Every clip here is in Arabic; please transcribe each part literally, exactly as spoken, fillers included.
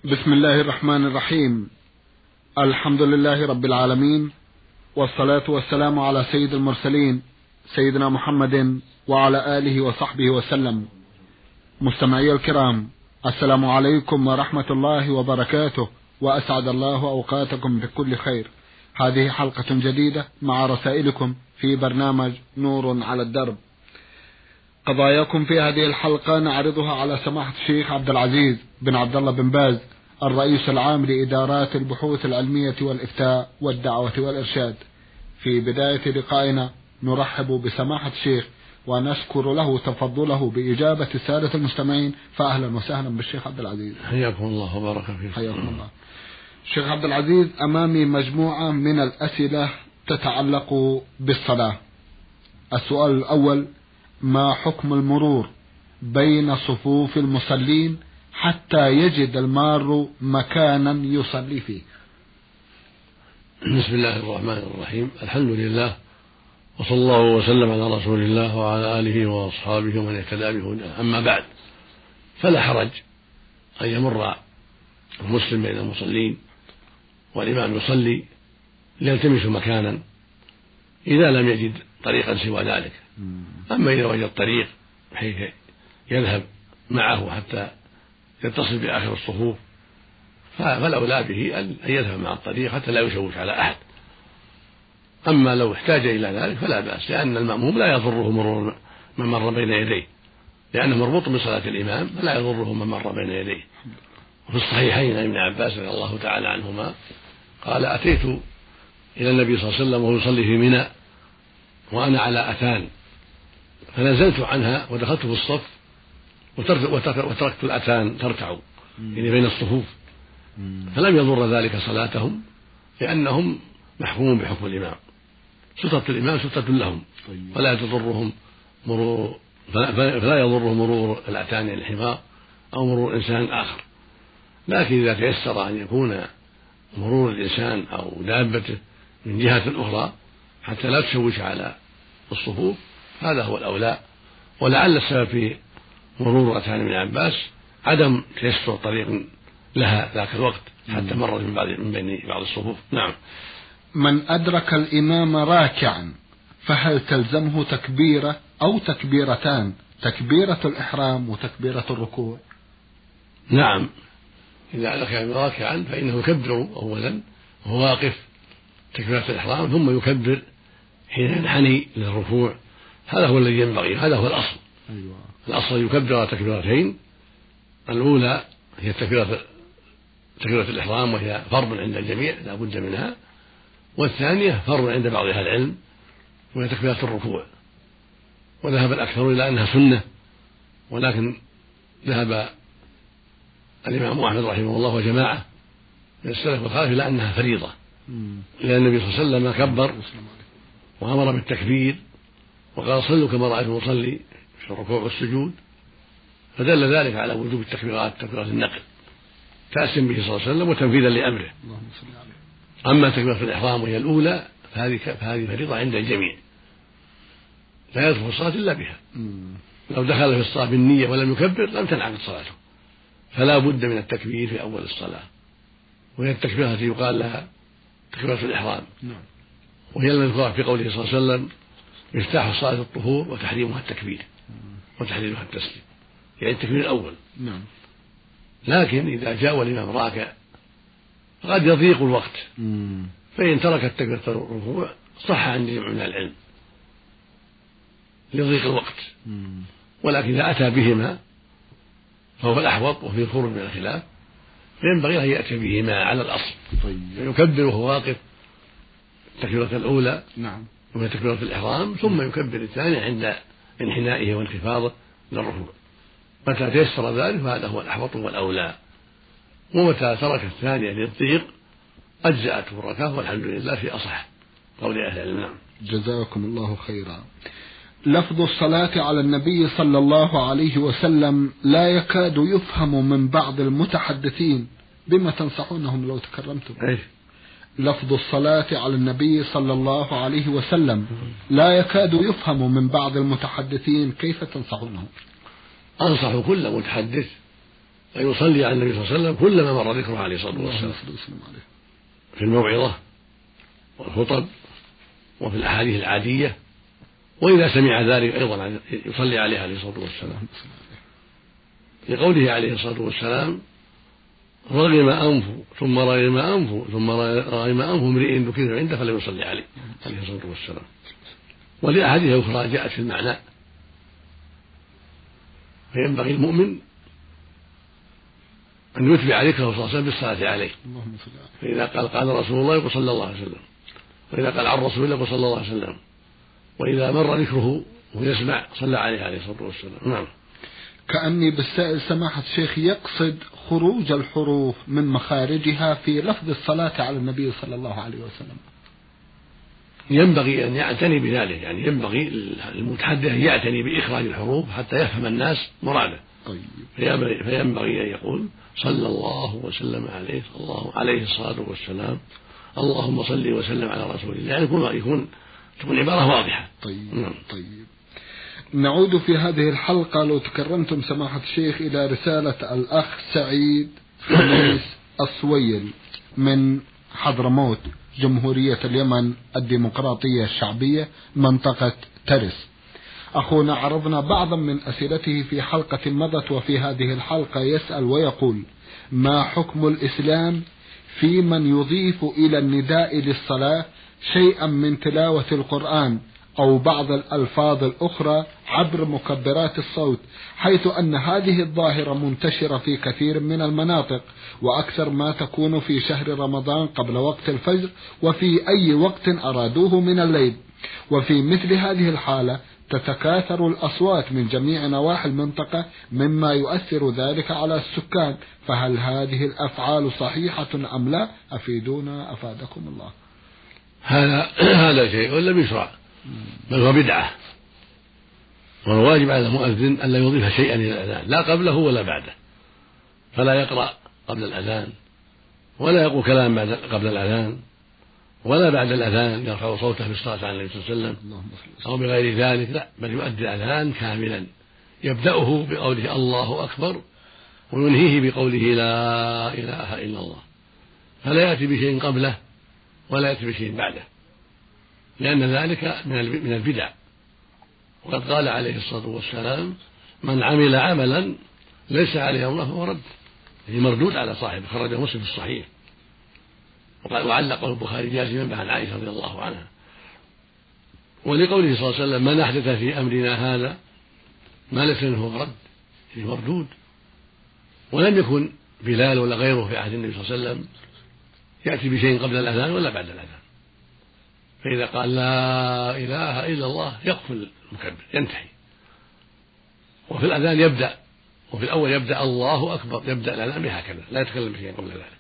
بسم الله الرحمن الرحيم. الحمد لله رب العالمين، والصلاة والسلام على سيد المرسلين سيدنا محمد وعلى آله وصحبه وسلم. مستمعي الكرام، السلام عليكم ورحمة الله وبركاته، وأسعد الله أوقاتكم بكل خير. هذه حلقة جديدة مع رسائلكم في برنامج نور على الدرب. قضاياكم في هذه الحلقة نعرضها على سماحة الشيخ عبد العزيز بن عبد الله بن باز، الرئيس العام لإدارات البحوث العلمية والإفتاء والدعوة والإرشاد. في بداية لقائنا نرحب بسماحة الشيخ ونشكر له تفضله بإجابة السادة المستمعين، فأهلا وسهلا بالشيخ عبد العزيز. حياكم الله وبارك فيكم. حياكم الله. شيخ عبد العزيز، أمامي مجموعة من الأسئلة تتعلق بالصلاة. السؤال الأول: ما حكم المرور بين صفوف المصلين حتى يجد المار مكانا يصلي فيه؟ بسم الله الرحمن الرحيم، الحمد لله، وصلى الله وسلم على رسول الله وعلى آله وأصحابه ومن اهتدى بهداه. أما بعد، فلا حرج أن يمر المسلم بين المصلين والإمام يصلي ليلتمس مكانا إذا لم يجد طريقا سوى ذلك. أما إذا وجد طريق بحيث يذهب معه حتى يتصل بآخر الصفوف فالأولى به أن يذهب مع الطريق حتى لا يشوش على أحد. أما لو احتاج إلى ذلك فلا بأس، لأن المأموم لا يضره مرور من مر بين يديه، لأنه مربوط بصلاة الإمام فلا يضره من مر بين يديه. وفي الصحيحين عن ابن عباس رضي الله تعالى عنهما قال: أتيت إلى النبي صلى الله عليه وسلم وهو يصلي في منى وأنا على أتان، فنزلت عنها ودخلت في الصف وتركت الأتان تركع يعني بين الصفوف، فلم يضر ذلك صلاتهم لأنهم محكومون بحكم الإمام. سترة الإمام سترة لهم فلا تضرهم مرور فلا يضرهم مرور الأتان الحمار أو مرور إنسان آخر. لكن إذا تيسر أن يكون مرور الإنسان أو دابته من جهة أخرى حتى لا تشوش على الصفوف هذا هو الأولى. ولعل السبب في مرور أتان ابن عباس عدم تيسر طريق لها ذاك الوقت حتى مرت من, بعض من بين بعض الصفوف. نعم. من أدرك الإمام راكعا فهل تلزمه تكبيرة أو تكبيرتان، تكبيرة الإحرام وتكبيرة الركوع؟ نعم، إذا أدرك الإمام راكعا فإنه يكبر أولا وهو واقف تكبيرة الإحرام، ثم يكبر حين ينحني للركوع. هذا هو الذي ينبغي، هذا هو الأصل. أيوة. الأصل يكبر تكبيرتين، الأولى هي تكبيرة تكبيرة الإحرام وهي فرض عند الجميع لا بد منها، والثانية فرض عند بعض أهل العلم وهي تكبيرة الركوع. وذهب الأكثر إلى أنها سنة، ولكن ذهب الإمام أحمد رحمه الله وجماعة من السلف والخلف إلى أنها فريضة، لأن النبي صلى الله عليه وسلم كبر وأمر بالتكبير وقال: صلوا كما رأيتم أصلي في الركوع والسجود، فدل ذلك على وجوب التكبيرات تكبيرات النقل تأسيا به صلى الله عليه وسلم وتنفيذا لأمره. أما تكبيرة الإحرام وهي الأولى فهذه فهذه فريضة عند الجميع لا يدخل الصلاة إلا بها. لو دخل في الصلاة بالنية ولم يكبر لم تنعقد صلاته، فلا بد من التكبير في أول الصلاة، وهي التكبيرة التي يقال لها تكبيرة الإحرام، وهي المذكورة في قوله صلى الله عليه وسلم: مفتاح الصلاة الطهور وتحريمها التكبير وتحليلها التسليم، يعني التكبير الأول. نعم. لكن إذا جاء الإمام راكع قد يضيق الوقت، فإن ترك تكبيرة الركوع صح عند جمع من العلم لضيق الوقت، ولكن إذا أتى بهما فهو الأحوط وفيه الخروج من الخلاف، فينبغي أن يأتي بهما على الأصل. طيب. يكبر وهو واقف التكبيرة الأولى نعم وهي تكبيرة الإحرام، ثم يكبر الثانية عند انحنائه وانخفاضه للركوع. متى تيسر ذلك فهذا هو الأحوط والأولى، ومتى ترك الثانية للضيق أجزأته الركعة والحمد لله في أصح قول أهل العلم. جزاكم الله خيرا. لفظ الصلاة على النبي صلى الله عليه وسلم لا يكاد يفهم من بعض المتحدثين، بما تنصحونهم لو تكرمتم؟ أيش؟ لفظ الصلاة على النبي صلى الله عليه وسلم لا يكاد يفهم من بعض المتحدثين، كيف تنصحونهم؟ أنصح كل متحدث ويصلي على النبي صلى الله عليه وسلم كلما مر ذكره عليه الصلاة والسلام في الموعظة والخطب وفي الأحاديث العادية، وإذا سمع ذلك أيضا يصلي عليه عليه الصلاة والسلام، لقوله عليه الصلاة والسلام: رغم أنفه ثم رغم أنفه ثم رغم أنف امرئ ذكر عنده فلا يصلي عليه عليه الصلاة والسلام. ولأحاديث أخرى جاءت في المعنى. فينبغي المؤمن أن يتبع ذكره صلى الله عليه وسلم بالصلاة عليه، فإذا قال قال رسول الله يقول صلى الله عليه وسلم، وإذا قال عن رسول الله يقول صلى الله عليه وسلم، وإذا مر ذكره ويسمع صلى عليه عليه الصلاة والسلام. نعم. كأني بالسائل سماحة الشيخ يقصد خروج الحروف من مخارجها في لفظ الصلاة على النبي صلى الله عليه وسلم. ينبغي أن يعتني بذلك، يعني ينبغي المتحدث أن يعتني بإخراج الحروف حتى يفهم الناس مراده. طيب. فينبغي أن يقول صلى الله وسلم عليه الله عليه الصلاة والسلام، اللهم صل وسلم على رسول الله، يعني يكون يكون تكون عبارة واضحة. طيب. نعم. طيب. نعود في هذه الحلقة لو تكرمتم سماحة الشيخ إلى رسالة الأخ سعيد خميس الصويل من حضرموت جمهورية اليمن الديمقراطية الشعبية منطقة ترس. أخونا عرضنا بعضا من أسئلته في حلقة مضت، وفي هذه الحلقة يسأل ويقول: ما حكم الإسلام في من يضيف إلى النداء للصلاة شيئا من تلاوة القرآن أو بعض الألفاظ الأخرى عبر مكبرات الصوت، حيث أن هذه الظاهرة منتشرة في كثير من المناطق، وأكثر ما تكون في شهر رمضان قبل وقت الفجر وفي أي وقت أرادوه من الليل. وفي مثل هذه الحالة تتكاثر الأصوات من جميع نواحي المنطقة مما يؤثر ذلك على السكان، فهل هذه الأفعال صحيحة أم لا؟ أفيدونا أفادكم الله. هذا هذا شيء لم يشرع، بل هو بدعة، والواجب على المؤذن ألا يضيف شيئا إلى الأذان، لا قبله ولا بعده، فلا يقرأ قبل الأذان، ولا يقول كلام بعد قبل الأذان، ولا بعد الأذان يرفع صوته بالصلاة على النبي صلى الله عليه وسلم أو بغير ذلك، لا، بل يؤدي الأذان كاملا، يبدأه بقوله الله أكبر وينهيه بقوله لا إله إلا الله، فلا يأتي بشيء قبله ولا يأتي بشيء بعده، لأن ذلك من البدع. وقد قال عليه الصلاة والسلام: من عمل عملا ليس عليه أمره فهو رد، يعني مردود على صاحبه، خرجه مسلم في الصحيح. وعلقه البخاري جازما عن عائشة رضي الله عنها. ولقوله صلى الله عليه وسلم: من أحدث في أمرنا هذا ما ليس منه فهو رد، يعني مردود. ولم يكن بلال ولا غيره في عهد النبي صلى الله عليه وسلم يأتي بشيء قبل الأذان ولا بعد الأذان، فإذا قال لا إله إلا الله يقفل المكبر ينتهي. وفي الأذان يبدأ، وفي الأول يبدأ الله أكبر، يبدأ الأذان بهكذا، لا يتكلم بشيء قبل ذلك،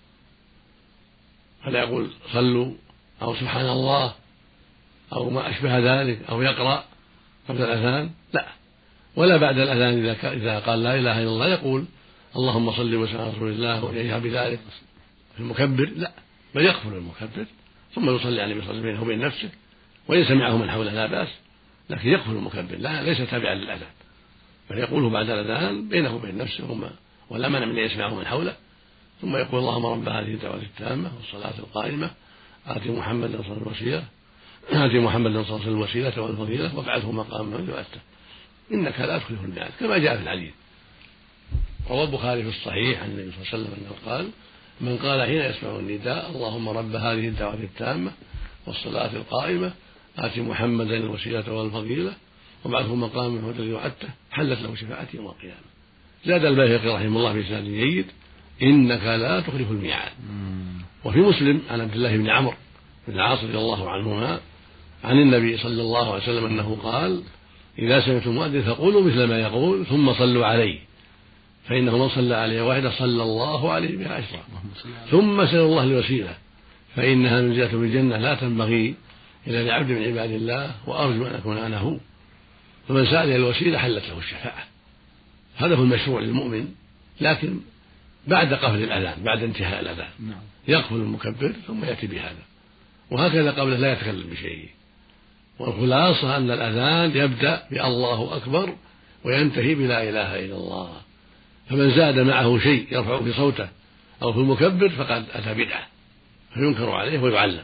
فلا يقول صلوا أو سبحان الله أو ما أشبه ذلك أو يقرأ قبل الأذان، لا، ولا بعد الأذان إذا إذا قال لا إله إلا الله يقول اللهم صل وسلم على رسول الله ويجهر بذلك في المكبر، لا، بل يقفل المكبر ثم يصلي على النبي صلى الله عليه وسلم بينه وبين نفسه، وإن سمعه من حوله لا بأس، لكن يقفل المكبر، لا، ليس تابعا للأذان، بل يقوله بعد الأذان بينه وبين نفسه ولا منع من أن يسمعه من حوله، ثم يقول اللهم رب هذه الدعوة التامة والصلاة القائمة آت محمدا صلى الله عليه وسلم آت محمدا صلى الله عليه وسلم الوسيلة والفضيلة وابعثه مقاما يؤتى إنك لا تخلف الميعاد، كما جاء في الحديث. روى البخاري في الصحيح عن النبي صلى الله عليه وسلم أنه قال: من قال حين يسمع النداء اللهم رب هذه الدعوة التامة والصلاة القائمة آت محمدا الوسيلة والفضيلة وابعثه مقاما محمودا يؤتى حلت له شفاعته يوم القيامة. زاد البيهقي رحمه الله في إسناد جيد: إنك لا تخلف الميعاد. وفي مسلم عن عبد الله بن عمرو بن العاص رضي الله عنهما عن النبي صلى الله عليه وسلم أنه قال: إذا سمعتم المؤذن فقولوا مثل ما يقول ثم صلوا عليه، فإنه من صلى عليه واحدة صلى الله عليه بها عشرة، ثم سأل الله الوسيلة فإنها منزلة بالجنة لا تنبغي إلا لعبد من عباد الله وأرجو أن أكون أنا هو، فمن سأل الوسيلة حلت له الشفاعة. هذا هو المشروع للمؤمن، لكن بعد قفل الأذان، بعد انتهاء الأذان يقفل المكبر ثم يأتي بهذا، وهكذا قبله لا يتكلم بشيء. والخلاصة أن الأذان يبدأ بالله أكبر وينتهي بلا إله إلا الله، فمن زاد معه شيء يرفع في صوته أو في المكبر فقد أتى بدعة فينكر عليه ويعلم.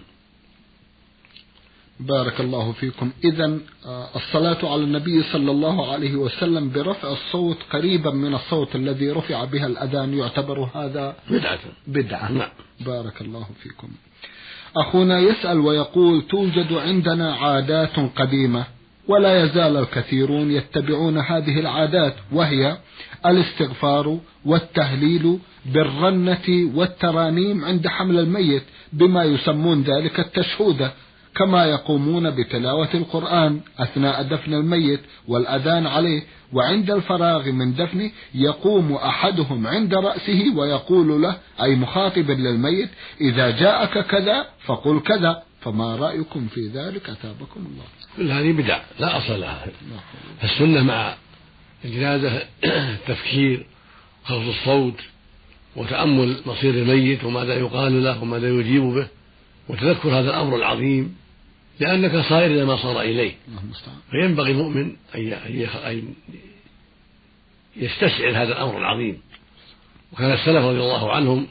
بارك الله فيكم. إذن الصلاة على النبي صلى الله عليه وسلم برفع الصوت قريبا من الصوت الذي رفع بها الأذان يعتبر هذا بدعة بدعة. نعم. بارك الله فيكم. أخونا يسأل ويقول: توجد عندنا عادات قديمة ولا يزال الكثيرون يتبعون هذه العادات، وهي الاستغفار والتهليل بالرنة والترانيم عند حمل الميت بما يسمون ذلك التشهودة، كما يقومون بتلاوة القرآن أثناء دفن الميت والأذان عليه، وعند الفراغ من دفنه يقوم أحدهم عند رأسه ويقول له أي مخاطبا للميت: إذا جاءك كذا فقل كذا، فما رأيكم في ذلك أثابكم الله؟ كل هذه بدع لا أصل لها. السنة مع الجنازة التفكير، خفض الصوت، وتأمل مصير الميت وماذا يقال له وماذا يجيب به، وتذكر هذا الأمر العظيم لأنك صائر إلى ما صار إليه. فينبغي المؤمن أن يستشعر هذا الأمر العظيم. وكان السلف رضي الله عنهم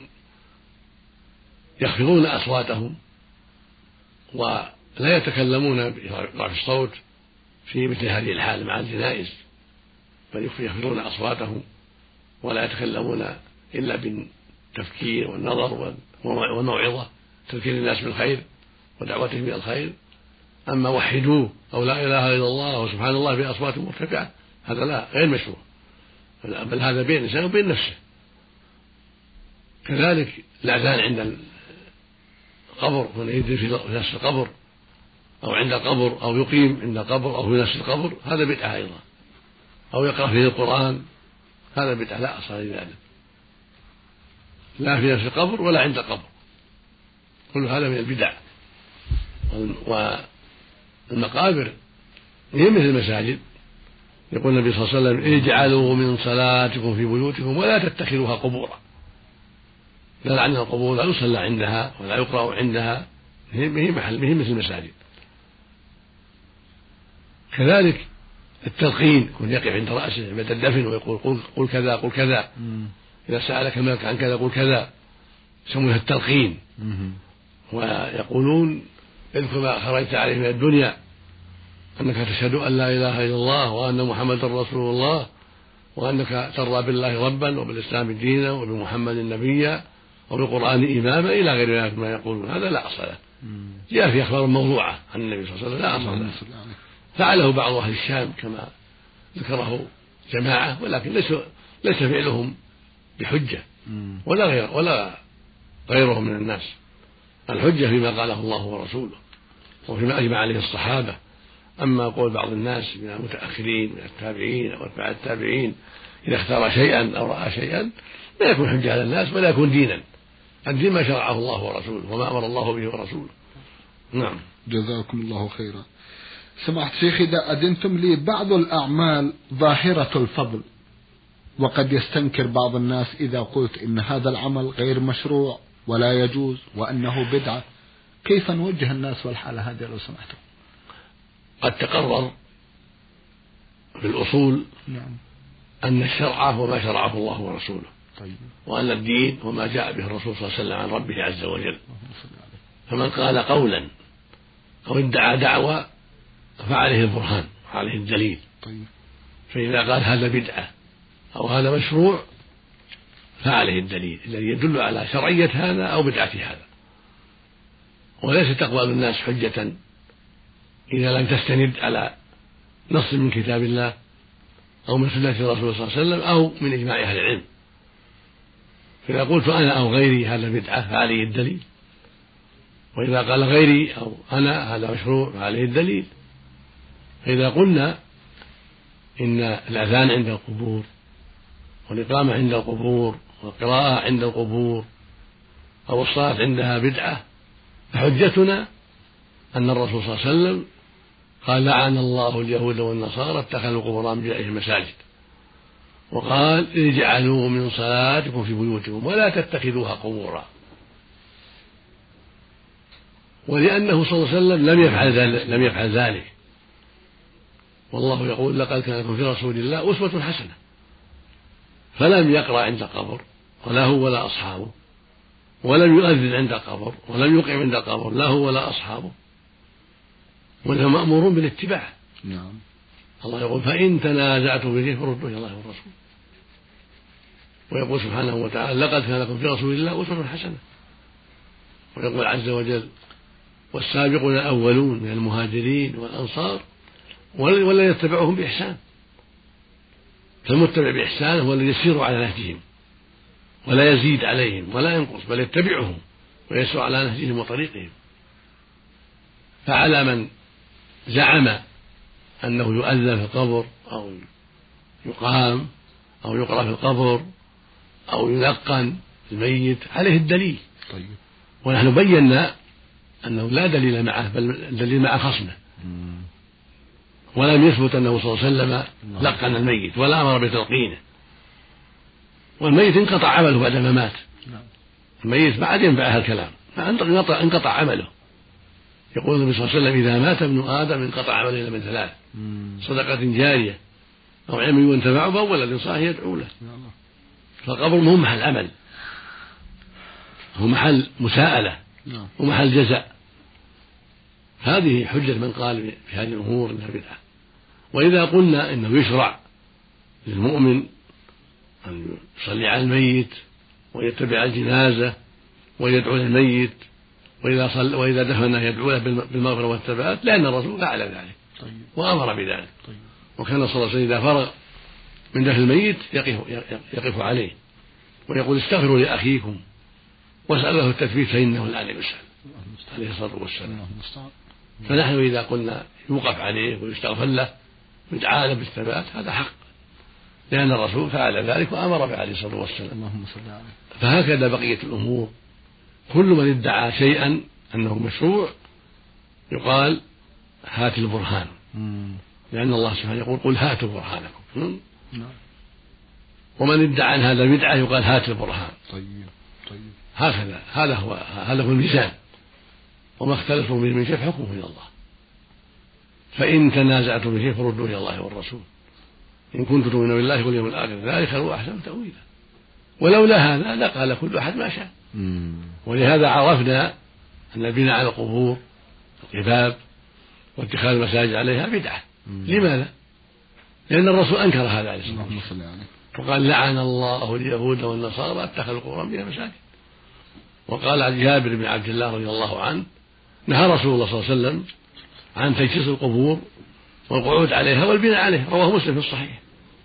يخفضون أصواتهم ولا يتكلمون برفع الصوت في مثل هذه الحال مع الجنائز، بل يخفضون أصواتهم ولا يتكلمون إلا بالتفكير والنظر والموعظة، تذكير الناس بالخير ودعوتهم إلى الخير. أما وحدوه أو لا إله إلا الله وسبحان الله بأصوات مرتفعة هذا لا غير مشروع، بل هذا بين الإنسان وبين نفسه. كذلك الأذان عند القبر، من يدري في نفس القبر أو عند القبر أو يقيم عند القبر أو في نفس القبر هذا بدعة أيضا، أو يقرأ فيه القرآن هذا بدعة لا أصل لذلك، لا في نفس القبر ولا عند القبر، كل هذا من البدع. والمقابر هي مثل المساجد، يقول النبي صلى الله عليه وسلم: اجعلوا من صلاتكم في بيوتكم ولا تتخذوها قبورا. لا لعن القبور لا يصلى عندها ولا يقرأ عندها، هي محل هي مثل المساجد. كذلك التلقين يكون يقف عند رأسه بعد الدفن ويقول قل, قل كذا قل كذا، إذا سألك الملك عن كذا قل كذا، يسمونها التلقين. ويقولون: اذكر ما خرجت عليه من الدنيا أنك تشهد أن لا إله إلا الله وأن محمدا رسول الله وأنك ترضى بالله ربا وبالإسلام دينا وبمحمد نبيا وبالقرآن إماما إلى غير ذلك ما يقولون، هذا لا أصل له. جاء في أخبار موضوعة عن النبي صلى الله عليه وسلم لا أصل له، فعله بعض أهل الشام كما ذكره جماعة، ولكن ليس ليس فعلهم بحجة ولا غير ولا غيرهم من الناس. الحجة فيما قاله الله ورسوله وفيما أجمع عليه الصحابة. أما قول بعض الناس من المتأخرين من التابعين أو أتباع التابعين إذا اختار شيئا أو رأى شيئا لا يكون حجة على الناس ولا يكون دينا. الدين ما شرعه الله ورسوله وما أمر الله به ورسوله. نعم. جزاكم الله خيرا. سمعت شيخ، إذا أذنتم لي، بعض الأعمال ظاهرة الفضل، وقد يستنكر بعض الناس إذا قلت إن هذا العمل غير مشروع ولا يجوز وأنه بدعة، كيف نوجه الناس والحالة هذه لو سمحتم؟ قد تقرر في الأصول نعم. أن الشرع هو ما شرعه الله ورسوله، طيب. وأن الدين هو ما جاء به الرسول صلى الله عليه وسلم عن ربه عز وجل. فمن قال قولا أو ادعى دعوى فعليه البرهان وعليه الدليل، طيب. فإذا قال هذا بدعة أو هذا مشروع فعليه الدليل الذي يدل على شرعية هذا أو بدعة هذا. وليس تقبل الناس حجة إذا لم تستند على نص من كتاب الله أو من سنة الرسول صلى الله عليه وسلم أو من إجماع أهل العلم. فإذا قلت أنا أو غيري هذا بدعة فعليه الدليل، وإذا قال غيري أو أنا هذا مشروع فعليه الدليل. فإذا قلنا إن الأذان عند القبور والإقامة عند القبور والقراءة عند القبور أو الصلاة عندها بدعة، فحجتنا أن الرسول صلى الله عليه وسلم قال: لعن الله اليهود والنصارى اتخذوا قبور أنبيائهم مساجد، وقال: اجعلوا من صلاتكم في بيوتكم ولا تتخذوها قبورا. ولأنه صلى الله عليه وسلم لم يفعل ذلك, لم يفعل ذلك والله يقول: لقد كان لكم في رسول الله أسوة حسنة. فلم يقرأ عند القبر ولا هو ولا أصحابه، ولم يؤذن عند القبر ولم يقيم عند القبر لا هو ولا أصحابه، ونحن مأمورون بالاتباع. نعم. الله يقول فإن تنازعتم في شيء فردوه إلى الله والرسول، ويقول سبحانه وتعالى لقد كان لكم في رسول الله أسوة حسنة، ويقول عز وجل والسابقون الأولون من المهاجرين والأنصار والذين يتبعهم بإحسان. فالمتبع بإحسان هو الذي يسير على نهجهم ولا يزيد عليهم ولا ينقص، بل يتبعهم ويسير على نهجهم وطريقهم. فعلى من زعم أنه يؤذن في القبر أو يقام أو يقرأ في القبر أو يلقن الميت عليه الدليل. طيب. ونحن بينا أنه لا دليل معه، بل الدليل مع خصمه، ولم يثبت أنه صلى الله عليه وسلم لقن الميت ولا أمر بتلقينه، والميت انقطع عمله بعد ما مات. الميت ما عاد ينفعه الكلام، انقطع عمله. يقول النبي صلى الله عليه وسلم إذا مات ابن آدم انقطع عمله إلا من ثلاث: صدقة جارية أو علم ينتفع به أو ولد صالح يدعو له. فالقبر مو محل عمل، هو محل مساءلة ومحل جزاء. هذه حجة من قال في هذه الأمور إنها بدعة. وإذا قلنا إنه يشرع للمؤمن أن يصلي على الميت ويتبع الجنازة ويدعو للميت، وإذا صل وإذا دفن يدعو له بالمغفرة والثبات، لأن الرسول فعل ذلك وأمر بذلك. وكان صلى الله عليه وسلم إذا فرغ من دفن الميت يقف, يقف عليه ويقول استغفروا لأخيكم واسأل له التثبيت فإنه الآن يسأل عليه الصلاة والسلام. فنحن إذا قلنا يوقف عليه ويستغفر له ويدعى له بالثبات هذا حق، لأن الرسول فعل ذلك وأمر به عليه الصلاة والسلام. فهكذا بقية الأمور، كل من ادعى شيئا أنه مشروع يقال هات البرهان، لأن الله سبحانه يقول قل هاتوا برهانكم. ومن ادعى أن هذا بدعة يقال هات البرهان. طيب طيب. هكذا هذا هو هذا هو الميزان، وما اختلفتم به من شيء فحكمه إلى الله. فإن تنازعتم به فردوه إلى الله والرسول إن كنتم تؤمنون بالله واليوم الآخر ذلك خير وأحسن تأويلا. ولولا هذا لقال كل أحد ما شاء. ولهذا عرفنا أن البناء على القبور القباب واتخاذ المساجد عليها بدعة. لماذا؟ لأن الرسول أنكر هذا عليه الصلاة والسلام وقال لعن الله اليهود والنصارى اتخذوا القبور بها مساجد. وقال جابر بن عبد الله رضي الله عنه نهى رسول الله صلى الله عليه وسلم عن تجسيس القبور والقعود عليها والبناء عليها، رواه مسلم في الصحيح.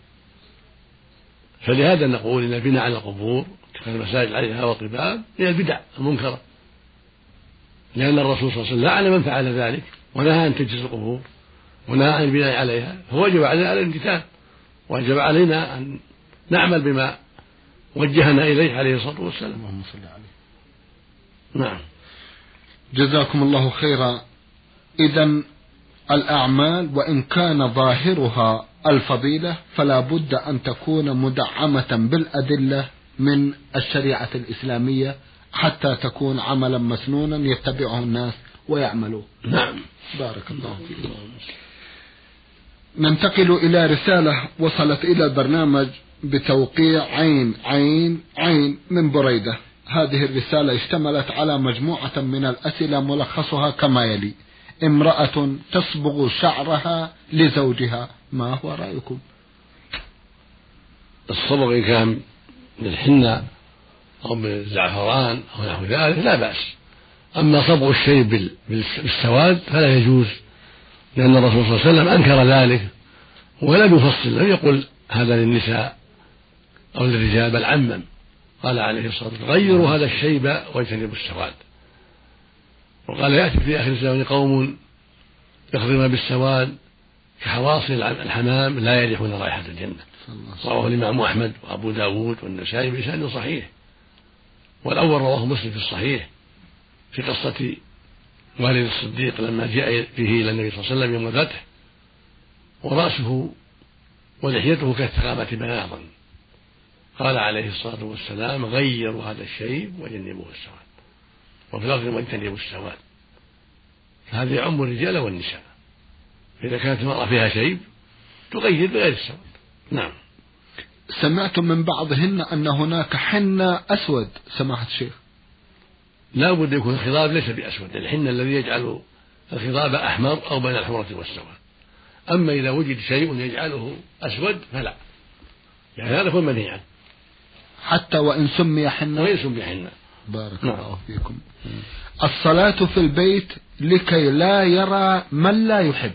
فلهذا نقول إن البناء على القبور اتخاذ المساجد عليها والقباب هي البدع المنكرة، لأن الرسول صلى الله عليه وسلم لعن من فعل ذلك ونهى عن تجسيس القبور ونهى عن البناء عليها، فوجب علينا الامتثال، وجب علينا أن نعمل بما وجهنا إليه عليه الصلاة والسلام. اللهم صل عليه. نعم. جزاكم الله خيرا. إذن الأعمال وإن كان ظاهرها الفضيلة فلا بد أن تكون مدعمة بالأدلة من الشريعة الإسلامية حتى تكون عملا مسنونا يتبعه الناس ويعملوا. نعم. بارك الله فيكم. ننتقل إلى رسالة وصلت إلى البرنامج بتوقيع عين عين عين من بريدة. هذه الرسالة اشتملت على مجموعة من الأسئلة ملخصها كما يلي: امرأة تصبغ شعرها لزوجها، ما هو رأيكم؟ الصبغ إن كان بالحنة أو بالزعفران أو نحو ذلك لا بأس، أما صبغ الشيء بالسواد فلا يجوز، لأن الرسول صلى الله عليه وسلم أنكر ذلك ولم يفصل، لم يقل هذا للنساء أو للرجال، بل عمم، قال عليه الصلاة والسلام غيروا هذا الشيب واجتنبوا السواد. وقال يأتي في آخر الزمان قوم يخضرون بالسواد كحواصل الحمام لا يريحون رائحة الجنة. رواه الإمام أحمد وأبو داود والنسائي بإسناد صحيح. والأول رواه مسلم في الصحيح في قصة والد الصديق لما جاء به إلى النبي صلى الله عليه وسلم يوم الفتح ورأسه ولحيته كالثقابة بياضا، قال عليه الصلاة والسلام غيروا هذا الشيء وجنبوه السواد، وفي لفظ واجتنبوا السواد. فهذا يعم الرجال والنساء، إذا كانت المرأة فيها شيب تغير بغير السواد. نعم. سمعت من بعضهن أن هناك حنة أسود سماحة الشيخ. لا بد يكون الخضاب ليس بأسود، الحنة الذي يجعل الخضاب أحمر أو بين الحمرة والسواد. أما إذا وجد شيء يجعله أسود فلا، يعني هذا هو المنهي عنه حتى وإن سمي حنة. وإن سمي حنة. بارك نعم. الله فيكم. الصلاة في البيت لكي لا يرى من لا يحب،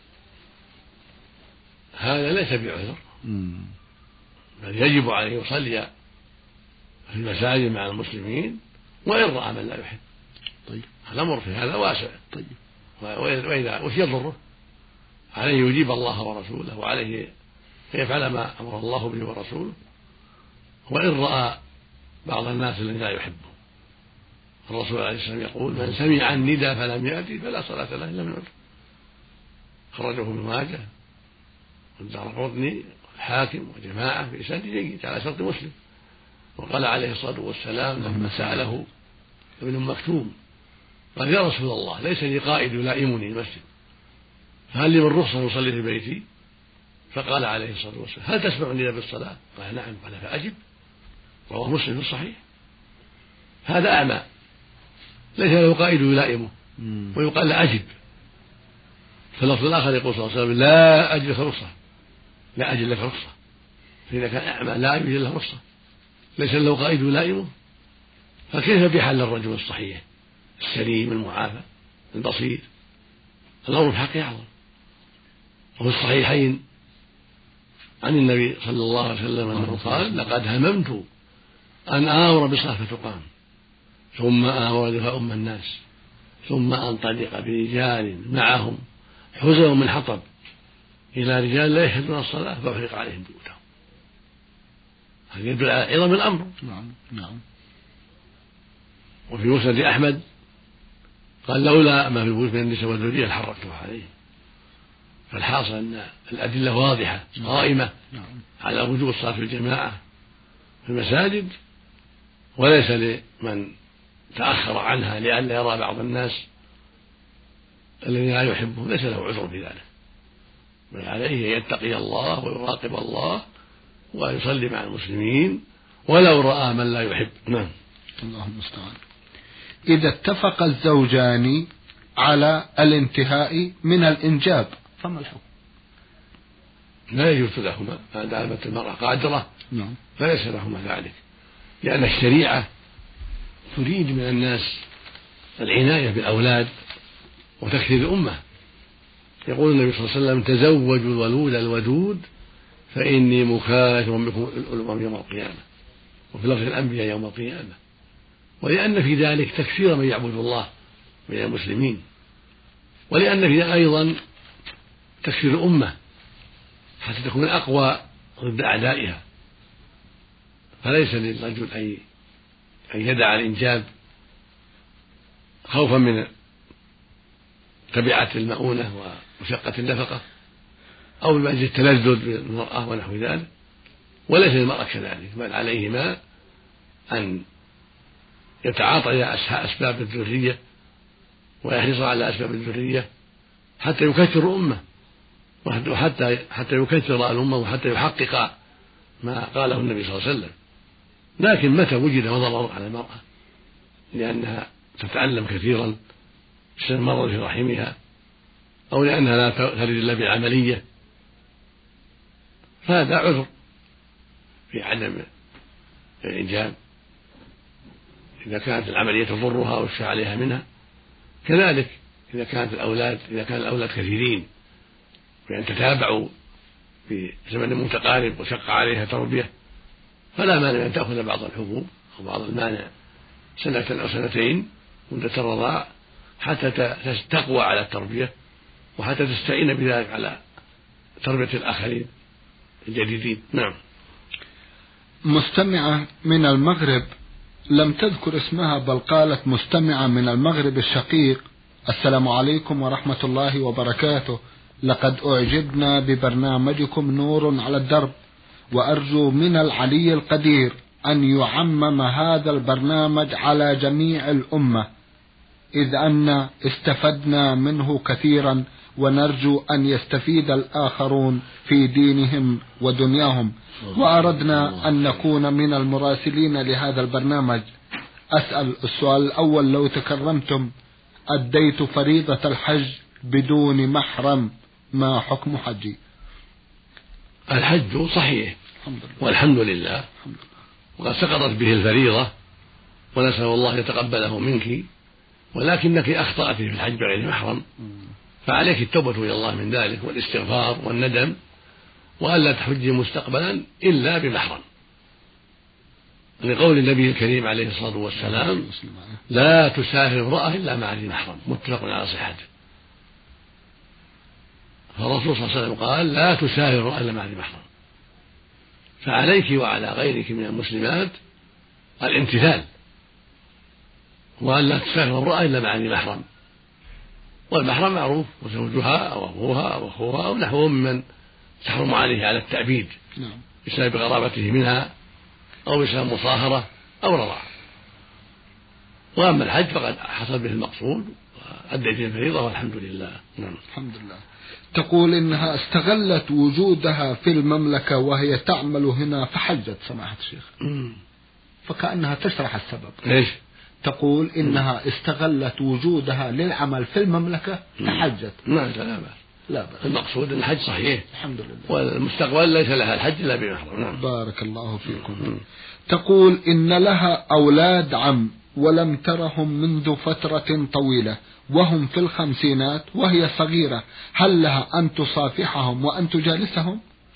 هذا ليس بعذر، بل يجب عليه يصلي في المساجد مع المسلمين وإن رأى من لا يحب. طيب الأمر في هذا واسع. طيب وإذا وش يضره؟ عليه يجيب الله ورسوله، وعليه يفعل ما أمر الله به ورسوله، وإن رأى بعض الناس الذين لا يحبه. الرسول عليه السلام يقول: من سمع الندى فلم يأتي فلا صلاة له إلا من عذر. خرجه ابن ماجه والدارقطني والحاكم وجماعة في إسناد جيد على شرط مسلم. وقال عليه الصلاة والسلام لما سأله ابن مكتوم قال: يا رسول الله، ليس لي قائد يلائمني المسجد، فهل لي من رخصة يصلي في بيتي؟ فقال عليه الصلاة والسلام: هل تسمع النداء بالصلاة؟ قال: نعم. قال: فأجب. رواه مسلم في الصحيح. هذا أعمى ليس له قائد يلائمه ويقال له أجب. فاللفظ الآخر يقول صلى الله عليه وسلم: لا أجد لك رخصة، لا أجد لك رخصة. فإذا كان أعمى لا يوجد له رخصة، ليس له قائد يلائمه، فكيف بحال الرجل الصحيح السليم المعافى البصير؟ الأمر في حقه أعظم. وفي الصحيحين عن النبي صلى الله عليه وسلم أنه قال: لقد هممت أن آمر بصلاة فتقام، ثم آمر فأم الناس، ثم أنطلق برجال معهم حزم من حطب إلى رجال لا يشهدون الصلاة فأحرق عليهم بيوتهم. هذا يدل على عظم الأمر. نعم نعم. وفي مسند أحمد قال: لولا ما في البيوت من النساء والذرية لحرقته عليه. فالحاصل أن الأدلة واضحة قائمة على وجوب الصلاة في الجماعة في المساجد، وليس لمن تأخر عنها لئلا يرى بعض الناس الذين لا يحبهم ليس له عذر في ذلك، بل عليه أن يتقي الله ويراقب الله ويصلي مع المسلمين ولو رأى من لا يحب. نعم. الله المستعان. إذا اتفق الزوجان على الانتهاء من الإنجاب فما الحكم؟ لا يجوز لهما ما دامت المرأة قادرة. نعم. فليس لهما ذلك، لأن الشريعة تريد من الناس العناية بالأولاد وتكثير الأمة. يقول النبي صلى الله عليه وسلم: تزوجوا الولود الودود فإني مكاثر بكم الأمم يوم القيامة، وفي لفظ الأنبياء يوم القيامة. ولأن في ذلك تكثير من يعبد الله من المسلمين، ولأن في ذلك أيضا تكثير الأمة حتى تكون أقوى ضد أعدائها. فليس للرجل أن يدع الإنجاب خوفا من تبعة المؤونة ومشقة النفقة أو من أجل التلذذ بالمرأة ونحو ذلك، وليس للمرأة كذلك، بل عليهما أن يتعاطيا أسباب الذرية ويحرصا على أسباب الذرية حتى يكثر الأمة، وحتى حتى يكثر الأمة وحتى يحقق ما قاله النبي صلى الله عليه وسلم. لكن متى وجد مضر على المرأة لأنها تتألم كثيرا بسبب مرض في رحمها أو لأنها لا تلد إلا بعملية، فهذا عذر في عدم الإنجاب إذا كانت العملية تضرها ويخشى عليها منها. كذلك إذا كانت الأولاد إذا كان الأولاد كثيرين وأن تتابعوا في زمن متقارب وشق عليها تربية، فلا مانع أن تأخذ بعض الحبوب أو بعض المانع سنة أو سنتين مدة الرضاع حتى تقوى على التربية وحتى تستعين بذلك على تربية الآخرين الجديدين. نعم. مستمعة من المغرب لم تذكر اسمها بل قالت: مستمعة من المغرب الشقيق، السلام عليكم ورحمة الله وبركاته، لقد أعجبنا ببرنامجكم نور على الدرب، وأرجو من العلي القدير أن يعمم هذا البرنامج على جميع الأمة، إذ أن استفدنا منه كثيرا ونرجو أن يستفيد الآخرون في دينهم ودنياهم، وأردنا أن نكون من المراسلين لهذا البرنامج. أسأل السؤال الأول: لو تكرمتم أديت فريضة الحج بدون محرم، ما حكم حجي؟ الحج صحيح والحمد لله، وقد سقطت به الفريضة، ونسأل الله يتقبله منك، ولكنك أخطأت في الحج بغير محرم، فعليك التوبة إلى الله من ذلك والاستغفار والندم، وألا تحجي مستقبلا إلا بمحرم، لقول النبي الكريم عليه الصلاة والسلام: لا تسافر امرأة إلا مع ذي محرم، متفق على صحته. فالرسول صلى الله عليه وسلم قال: لا تسافر امرأة إلا مع ذي محرم، فعليك وعلى غيرك من المسلمات الامتثال، وأن لا تسافر امرأة إلا مع ذي محرم، والمحرم معروف، وزوجها أو أبوها أو أخوها أو نحوه ممن تحرم عليه على التأبيد بسبب قرابته منها أو بسبب مصاهرة أو رضاعة. وأما الحج فقد حصل به المقصود وأديت الفريضة والحمد لله. نعم. الحمد لله. تقول إنها استغلت وجودها في المملكة وهي تعمل هنا فحجت سماحة الشيخ، فكأنها تشرح السبب. ليش؟ تقول إنها استغلت وجودها للعمل في المملكة فحجت. لا لا بأس. لا بأس. المقصود أن الحج صحيح الحمد لله، والمستقبل ليس لها الحج إلا بمحرم. نعم. بارك الله فيكم. م- تقول إن لها أولاد عم ولم ترهم منذ فترة طويلة وهم في الخمسينات وهي صغيرة، هل لها أن تصافحهم وأن تجالسهم؟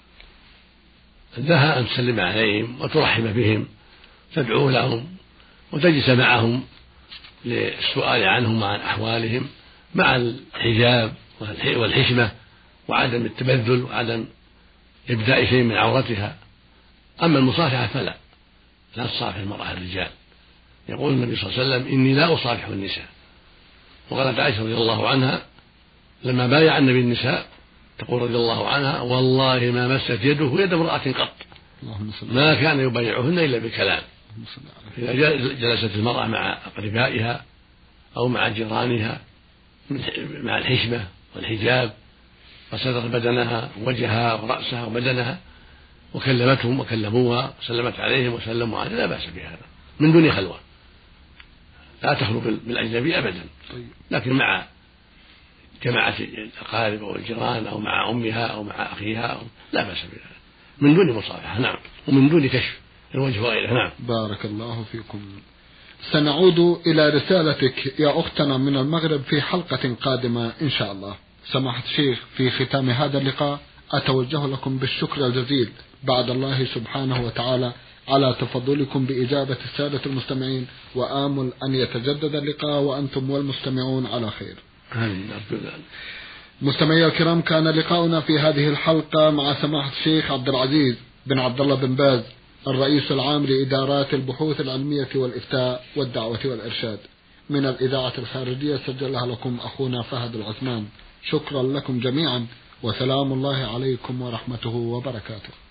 لها أن تسلم عليهم وترحب بهم، تدعو لهم وتجلس معهم للسؤال عنهم وعن أحوالهم، مع الحجاب والحشمة وعدم التبذل وعدم إبداء شيء من عورتها. أما المصافحة فلا لا تصافح المرأة الرجال. يقول النبي صلى الله عليه وسلم: إني لا أصافح النساء. وقالت عائشة رضي الله عنها لما بايع النبي النساء تقول رضي الله عنها: والله ما مست يده يد امرأة قط، ما كان يبايعهن إلا بكلام. إذا جلست المرأة مع أقربائها أو مع جيرانها مع الحشمة والحجاب وستر بدنها وجهها ورأسها وبدنها وكلمتهم وكلموها وسلمت عليهم وسلموا عليها، لا بأس بهذا من دون خلوة، لا تخلو بالأجنبي أبدا، لكن مع جماعة الأقارب أو الجيران أو مع أمها أو مع أخيها أو لا بأس بهذا من دون مصافحة. نعم. ومن دون كشف الوجه وغيره. نعم. بارك الله فيكم. سنعود إلى رسالتك يا أختنا من المغرب في حلقة قادمة إن شاء الله. سماحة الشيخ، في ختام هذا اللقاء أتوجه لكم بالشكر الجزيل بعد الله سبحانه وتعالى على تفضلكم بإجابة السادة المستمعين، وآمل أن يتجدد اللقاء وأنتم والمستمعون على خير. آمين. مستمعي الكرام، كان لقاؤنا في هذه الحلقة مع سماحة الشيخ عبد العزيز بن عبد الله بن باز، الرئيس العام لإدارات البحوث العلمية والإفتاء والدعوة والإرشاد، من الإذاعة الخارجية سجلها لكم أخونا فهد العثمان. شكرا لكم جميعا، وسلام الله عليكم ورحمته وبركاته.